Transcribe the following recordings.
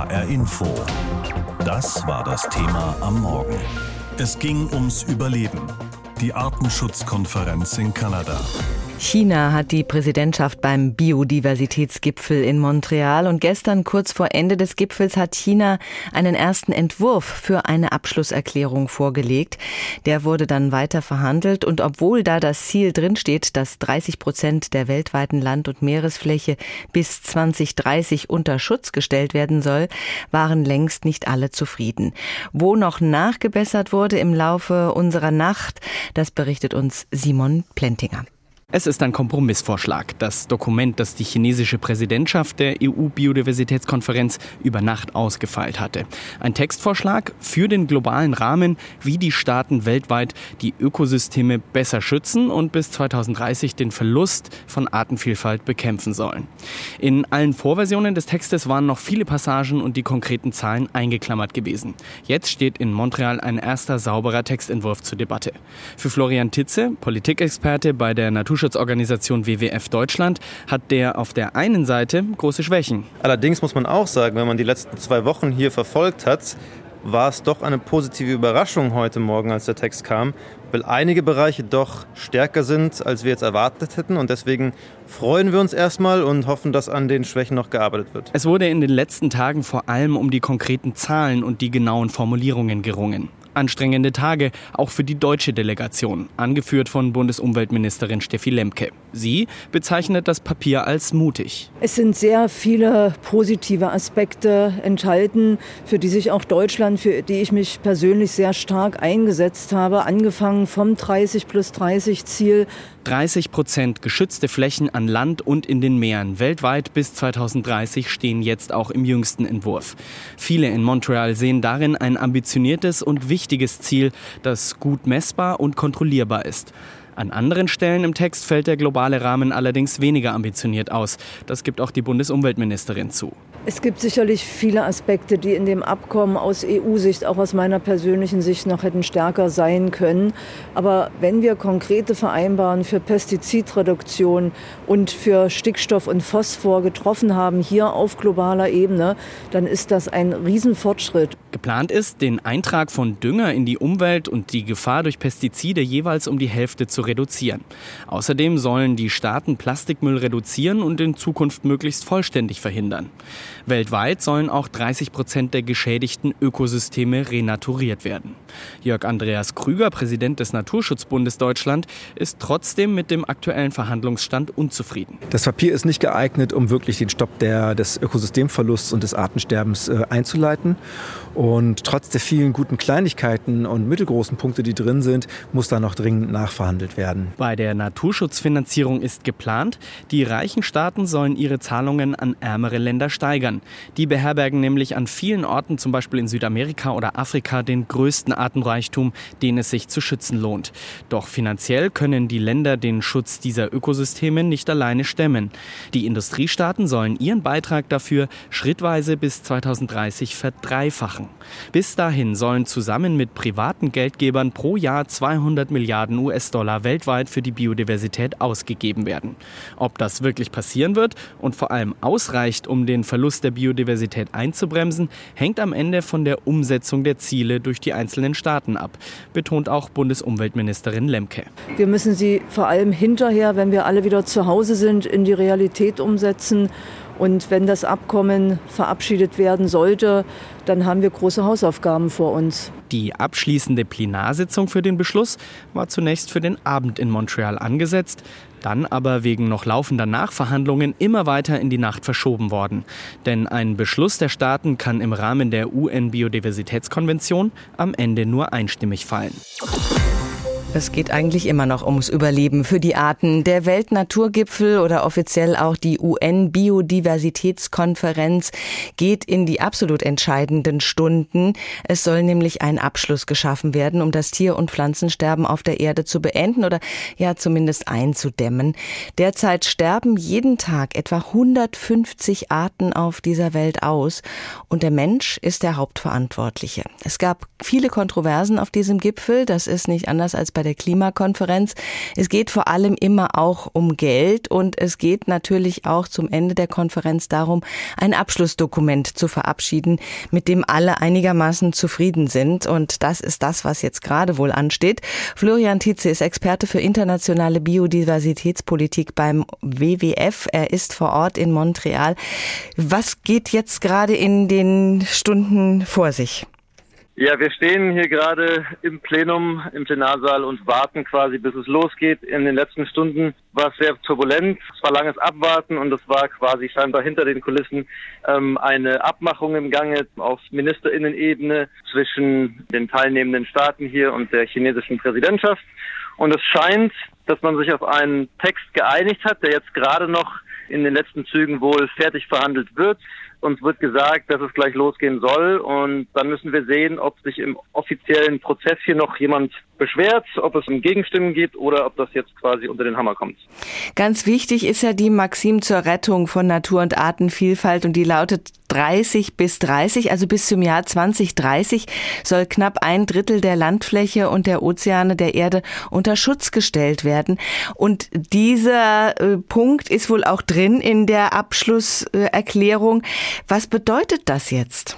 HR Info. Das war das Thema am Morgen. Es ging ums Überleben. Die Artenschutzkonferenz in Kanada. China hat die Präsidentschaft beim Biodiversitätsgipfel in Montreal und gestern kurz vor Ende des Gipfels hat China einen ersten Entwurf für eine Abschlusserklärung vorgelegt. Der wurde dann weiter verhandelt und obwohl da das Ziel drinsteht, dass 30% der weltweiten Land- und Meeresfläche bis 2030 unter Schutz gestellt werden soll, waren längst nicht alle zufrieden. Wo noch nachgebessert wurde im Laufe unserer Nacht, das berichtet uns Simon Plentinger. Es ist ein Kompromissvorschlag, das Dokument, das die chinesische Präsidentschaft der EU-Biodiversitätskonferenz über Nacht ausgefeilt hatte. Ein Textvorschlag für den globalen Rahmen, wie die Staaten weltweit die Ökosysteme besser schützen und bis 2030 den Verlust von Artenvielfalt bekämpfen sollen. In allen Vorversionen des Textes waren noch viele Passagen und die konkreten Zahlen eingeklammert gewesen. Jetzt steht in Montreal ein erster sauberer Textentwurf zur Debatte. Für Florian Titze, Politikexperte bei der Naturschutzorganisation WWF Deutschland, hat der auf der einen Seite große Schwächen. Allerdings muss man auch sagen, wenn man die letzten 2 Wochen hier verfolgt hat, war es doch eine positive Überraschung heute Morgen, als der Text kam, weil einige Bereiche doch stärker sind, als wir jetzt erwartet hätten. Und deswegen freuen wir uns erstmal und hoffen, dass an den Schwächen noch gearbeitet wird. Es wurde in den letzten Tagen vor allem um die konkreten Zahlen und die genauen Formulierungen gerungen. Anstrengende Tage, auch für die deutsche Delegation, angeführt von Bundesumweltministerin Steffi Lemke. Sie bezeichnet das Papier als mutig. Es sind sehr viele positive Aspekte enthalten, für die sich auch Deutschland, für die ich mich persönlich sehr stark eingesetzt habe, angefangen vom 30+30 Ziel. 30% geschützte Flächen an Land und in den Meeren weltweit bis 2030 stehen jetzt auch im jüngsten Entwurf. Viele in Montreal sehen darin ein ambitioniertes und wichtiges Ziel, das gut messbar und kontrollierbar ist. An anderen Stellen im Text fällt der globale Rahmen allerdings weniger ambitioniert aus. Das gibt auch die Bundesumweltministerin zu. Es gibt sicherlich viele Aspekte, die in dem Abkommen aus EU-Sicht, auch aus meiner persönlichen Sicht, noch hätten stärker sein können. Aber wenn wir konkrete Vereinbarungen für Pestizidreduktion und für Stickstoff und Phosphor getroffen haben, hier auf globaler Ebene, dann ist das ein Riesenfortschritt. Geplant ist, den Eintrag von Dünger in die Umwelt und die Gefahr durch Pestizide jeweils um die Hälfte zu reduzieren. Außerdem sollen die Staaten Plastikmüll reduzieren und in Zukunft möglichst vollständig verhindern. Weltweit sollen auch 30% der geschädigten Ökosysteme renaturiert werden. Jörg Andreas Krüger, Präsident des Naturschutzbundes Deutschland, ist trotzdem mit dem aktuellen Verhandlungsstand unzufrieden. Das Papier ist nicht geeignet, um wirklich den Stopp des Ökosystemverlusts und des Artensterbens einzuleiten. Und trotz der vielen guten Kleinigkeiten und mittelgroßen Punkte, die drin sind, muss da noch dringend nachverhandelt werden. Bei der Naturschutzfinanzierung ist geplant, die reichen Staaten sollen ihre Zahlungen an ärmere Länder steigern. Die beherbergen nämlich an vielen Orten, zum Beispiel in Südamerika oder Afrika, den größten Artenreichtum, den es sich zu schützen lohnt. Doch finanziell können die Länder den Schutz dieser Ökosysteme nicht alleine stemmen. Die Industriestaaten sollen ihren Beitrag dafür schrittweise bis 2030 verdreifachen. Bis dahin sollen zusammen mit privaten Geldgebern pro Jahr 200 Milliarden US-Dollar weltweit für die Biodiversität ausgegeben werden. Ob das wirklich passieren wird und vor allem ausreicht, um den Verlust der Biodiversität einzubremsen, hängt am Ende von der Umsetzung der Ziele durch die einzelnen Staaten ab, betont auch Bundesumweltministerin Lemke. Wir müssen sie vor allem hinterher, wenn wir alle wieder zu Hause sind, in die Realität umsetzen. Und wenn das Abkommen verabschiedet werden sollte, dann haben wir große Hausaufgaben vor uns. Die abschließende Plenarsitzung für den Beschluss war zunächst für den Abend in Montreal angesetzt, dann aber wegen noch laufender Nachverhandlungen immer weiter in die Nacht verschoben worden. Denn ein Beschluss der Staaten kann im Rahmen der UN-Biodiversitätskonvention am Ende nur einstimmig fallen. Es geht eigentlich immer noch ums Überleben für die Arten. Der Weltnaturgipfel oder offiziell auch die UN-Biodiversitätskonferenz geht in die absolut entscheidenden Stunden. Es soll nämlich ein Abschluss geschaffen werden, um das Tier- und Pflanzensterben auf der Erde zu beenden oder ja zumindest einzudämmen. Derzeit sterben jeden Tag etwa 150 Arten auf dieser Welt aus und der Mensch ist der Hauptverantwortliche. Es gab viele Kontroversen auf diesem Gipfel, das ist nicht anders als bei bei der Klimakonferenz. Es geht vor allem immer auch um Geld und es geht natürlich auch zum Ende der Konferenz darum, ein Abschlussdokument zu verabschieden, mit dem alle einigermaßen zufrieden sind. Und das ist das, was jetzt gerade wohl ansteht. Florian Tietze ist Experte für internationale Biodiversitätspolitik beim WWF. Er ist vor Ort in Montreal. Was geht jetzt gerade in den Stunden vor sich? Ja, wir stehen hier gerade im Plenum, im Plenarsaal und warten quasi, bis es losgeht. In den letzten Stunden war es sehr turbulent, es war langes Abwarten und es war quasi scheinbar hinter den Kulissen eine Abmachung im Gange auf MinisterInnen-Ebene zwischen den teilnehmenden Staaten hier und der chinesischen Präsidentschaft. Und es scheint, dass man sich auf einen Text geeinigt hat, der jetzt gerade noch in den letzten Zügen wohl fertig verhandelt wird. Uns wird gesagt, dass es gleich losgehen soll und dann müssen wir sehen, ob sich im offiziellen Prozess hier noch jemand beschwert, ob es Gegenstimmen gibt oder ob das jetzt quasi unter den Hammer kommt. Ganz wichtig ist ja die Maxim zur Rettung von Natur- und Artenvielfalt und die lautet 30 bis 30, also bis zum Jahr 2030 soll knapp 1/3 der Landfläche und der Ozeane der Erde unter Schutz gestellt werden. Und dieser Punkt ist wohl auch drin in der Abschlusserklärung. Was bedeutet das jetzt?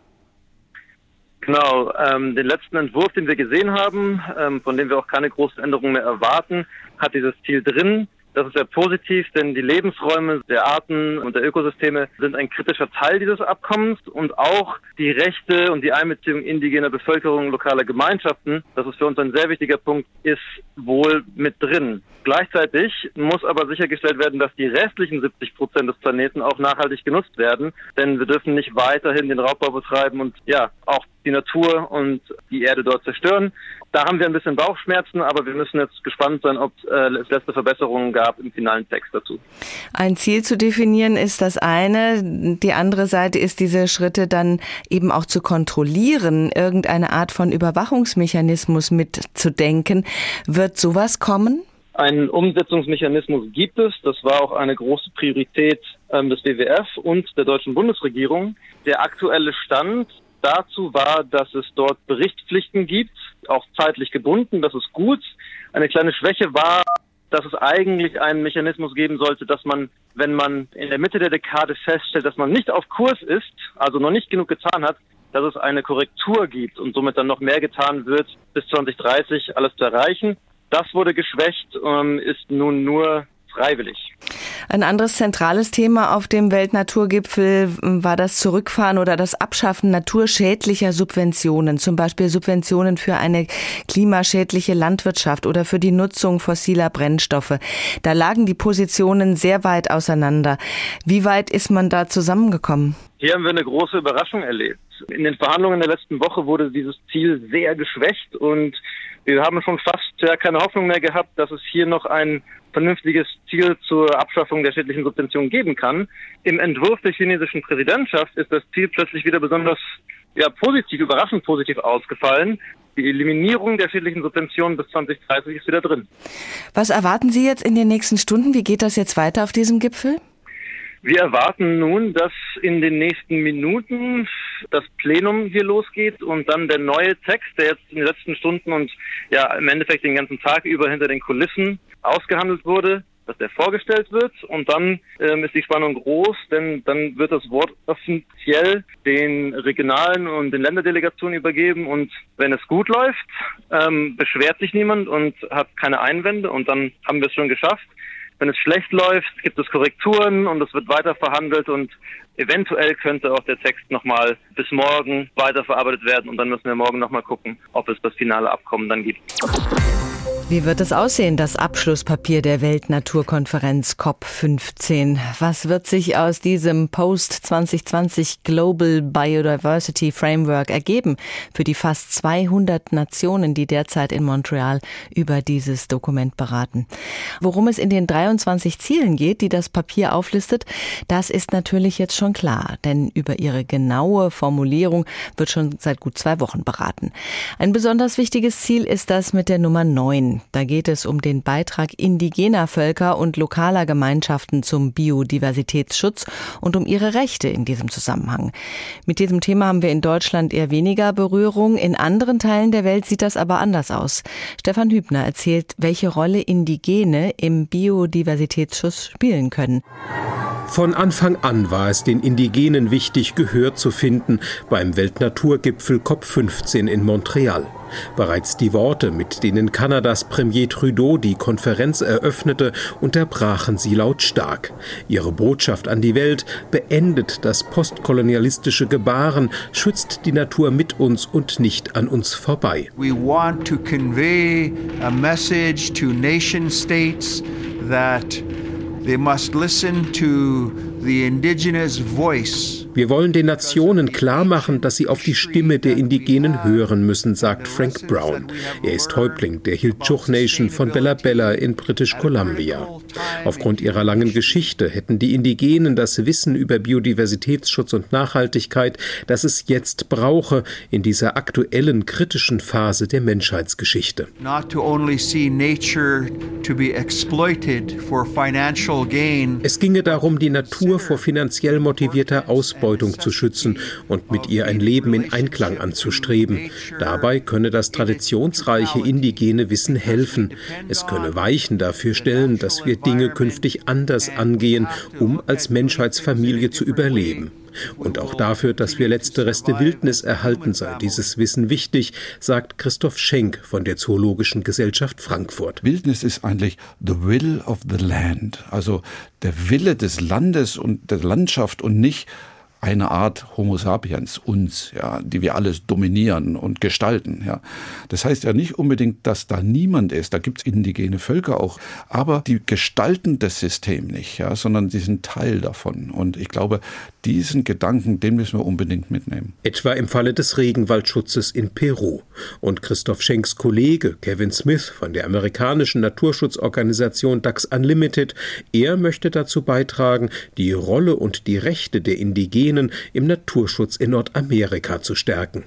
Genau, den letzten Entwurf, den wir gesehen haben, von dem wir auch keine großen Änderungen mehr erwarten, hat dieses Ziel drin. Das ist sehr positiv, denn die Lebensräume der Arten und der Ökosysteme sind ein kritischer Teil dieses Abkommens und auch die Rechte und die Einbeziehung indigener Bevölkerung, lokaler Gemeinschaften, das ist für uns ein sehr wichtiger Punkt, ist wohl mit drin. Gleichzeitig muss aber sichergestellt werden, dass die restlichen 70% des Planeten auch nachhaltig genutzt werden, denn wir dürfen nicht weiterhin den Raubbau betreiben und ja, auch die Natur und die Erde dort zerstören. Da haben wir ein bisschen Bauchschmerzen, aber wir müssen jetzt gespannt sein, ob es letzte Verbesserungen gab im finalen Text dazu. Ein Ziel zu definieren ist das eine. Die andere Seite ist, diese Schritte dann eben auch zu kontrollieren, irgendeine Art von Überwachungsmechanismus mitzudenken. Wird sowas kommen? Einen Umsetzungsmechanismus gibt es. Das war auch eine große Priorität des WWF und der deutschen Bundesregierung. Der aktuelle Stand dazu war, dass es dort Berichtspflichten gibt, auch zeitlich gebunden. Das ist gut. Eine kleine Schwäche war, dass es eigentlich einen Mechanismus geben sollte, dass man, wenn man in der Mitte der Dekade feststellt, dass man nicht auf Kurs ist, also noch nicht genug getan hat, dass es eine Korrektur gibt und somit dann noch mehr getan wird, bis 2030 alles zu erreichen. Das wurde geschwächt, ist nun nur freiwillig. Ein anderes zentrales Thema auf dem Weltnaturgipfel war das Zurückfahren oder das Abschaffen naturschädlicher Subventionen, zum Beispiel Subventionen für eine klimaschädliche Landwirtschaft oder für die Nutzung fossiler Brennstoffe. Da lagen die Positionen sehr weit auseinander. Wie weit ist man da zusammengekommen? Hier haben wir eine große Überraschung erlebt. In den Verhandlungen der letzten Woche wurde dieses Ziel sehr geschwächt und wir haben schon fast keine Hoffnung mehr gehabt, dass es hier noch ein vernünftiges Ziel zur Abschaffung der schädlichen Subventionen geben kann. Im Entwurf der chinesischen Präsidentschaft ist das Ziel plötzlich wieder besonders positiv, überraschend positiv ausgefallen. Die Eliminierung der schädlichen Subventionen bis 2030 ist wieder drin. Was erwarten Sie jetzt in den nächsten Stunden? Wie geht das jetzt weiter auf diesem Gipfel? Wir erwarten nun, dass in den nächsten Minuten das Plenum hier losgeht und dann der neue Text, der jetzt in den letzten Stunden und im Endeffekt den ganzen Tag über hinter den Kulissen ausgehandelt wurde, dass der vorgestellt wird und dann ist die Spannung groß, denn dann wird das Wort offiziell den regionalen und den Länderdelegationen übergeben und wenn es gut läuft, beschwert sich niemand und hat keine Einwände und dann haben wir es schon geschafft. Wenn es schlecht läuft, gibt es Korrekturen und es wird weiter verhandelt und eventuell könnte auch der Text nochmal bis morgen weiterverarbeitet werden und dann müssen wir morgen nochmal gucken, ob es das finale Abkommen dann gibt. Wie wird es aussehen, das Abschlusspapier der Weltnaturkonferenz COP15? Was wird sich aus diesem Post-2020 Global Biodiversity Framework ergeben für die fast 200 Nationen, die derzeit in Montreal über dieses Dokument beraten? Worum es in den 23 Zielen geht, die das Papier auflistet, das ist natürlich jetzt schon klar, denn über ihre genaue Formulierung wird schon seit gut 2 Wochen beraten. Ein besonders wichtiges Ziel ist das mit der Nummer 9. sprechen. Da geht es um den Beitrag indigener Völker und lokaler Gemeinschaften zum Biodiversitätsschutz und um ihre Rechte in diesem Zusammenhang. Mit diesem Thema haben wir in Deutschland eher weniger Berührung. In anderen Teilen der Welt sieht das aber anders aus. Stefan Hübner erzählt, welche Rolle Indigene im Biodiversitätsschutz spielen können. Von Anfang an war es den Indigenen wichtig, Gehör zu finden beim Weltnaturgipfel COP15 in Montreal. Bereits die Worte, mit denen Kanadas Premier Trudeau die Konferenz eröffnete, unterbrachen sie lautstark. Ihre Botschaft an die Welt: beendet das postkolonialistische Gebaren, schützt die Natur mit uns und nicht an uns vorbei. We want to convey a message to nation states that they must listen to the indigenous voice. Wir wollen den Nationen klarmachen, dass sie auf die Stimme der Indigenen hören müssen, sagt Frank Brown. Er ist Häuptling der Hilchuk Nation von Bella Bella in British Columbia. Aufgrund ihrer langen Geschichte hätten die Indigenen das Wissen über Biodiversitätsschutz und Nachhaltigkeit, das es jetzt brauche in dieser aktuellen kritischen Phase der Menschheitsgeschichte. Not to only see nature to be exploited for financial gain. Es ginge darum, die Natur vor finanziell motivierter Ausbeutung zu schützen und mit ihr ein Leben in Einklang anzustreben. Dabei könne das traditionsreiche indigene Wissen helfen. Es könne Weichen dafür stellen, dass wir Dinge künftig anders angehen, um als Menschheitsfamilie zu überleben. Und auch dafür, dass wir letzte Reste Wildnis erhalten, sei dieses Wissen wichtig, sagt Christoph Schenk von der Zoologischen Gesellschaft Frankfurt. Wildnis ist eigentlich the will of the land, also der Wille des Landes und der Landschaft und nicht eine Art Homo sapiens, uns, ja, die wir alles dominieren und gestalten. Ja. Das heißt ja nicht unbedingt, dass da niemand ist, da gibt es indigene Völker auch, aber die gestalten das System nicht, ja, sondern die sind Teil davon. Und ich glaube, diesen Gedanken, den müssen wir unbedingt mitnehmen. Etwa im Falle des Regenwaldschutzes in Peru. Und Christoph Schenks Kollege Kevin Smith von der amerikanischen Naturschutzorganisation Ducks Unlimited, er möchte dazu beitragen, die Rolle und die Rechte der Indigenen im Naturschutz in Nordamerika zu stärken.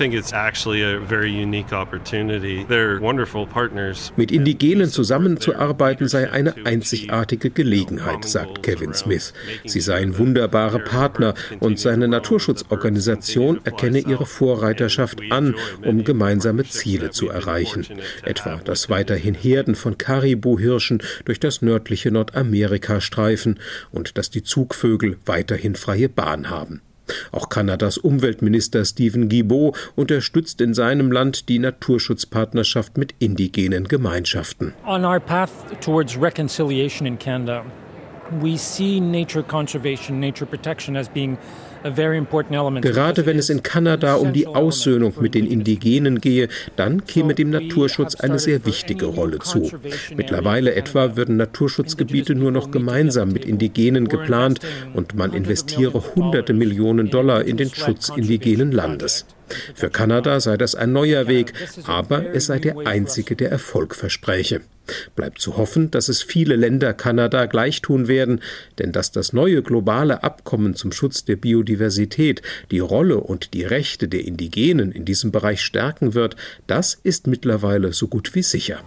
Mit Indigenen zusammenzuarbeiten sei eine einzigartige Gelegenheit, sagt Kevin Smith. Sie seien wunderbare Partner und seine Naturschutzorganisation erkenne ihre Vorreiterschaft an, um gemeinsame Ziele zu erreichen. Etwa, dass weiterhin Herden von Karibu-Hirschen durch das nördliche Nordamerika streifen und dass die Zugvögel weiterhin freie Bahn haben. Auch Kanadas Umweltminister Steven Guilbeault unterstützt in seinem Land die Naturschutzpartnerschaft mit indigenen Gemeinschaften. On our path towards reconciliation in Canada, we see nature conservation, nature protection as being a very important element. Gerade wenn es in Kanada um die Aussöhnung mit den Indigenen gehe, dann käme dem Naturschutz eine sehr wichtige Rolle zu. Mittlerweile etwa würden Naturschutzgebiete nur noch gemeinsam mit Indigenen geplant und man investiere hunderte Millionen $100 in den Schutz indigenen Landes. Für Kanada sei das ein neuer Weg, aber es sei der einzige, der Erfolg verspräche. Bleibt zu hoffen, dass es viele Länder Kanada gleich tun werden, denn dass das neue globale Abkommen zum Schutz der Biodiversität die Rolle und die Rechte der Indigenen in diesem Bereich stärken wird, das ist mittlerweile so gut wie sicher.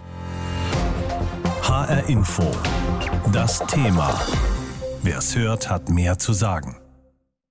HR Info. Das Thema. Wer es hört, hat mehr zu sagen.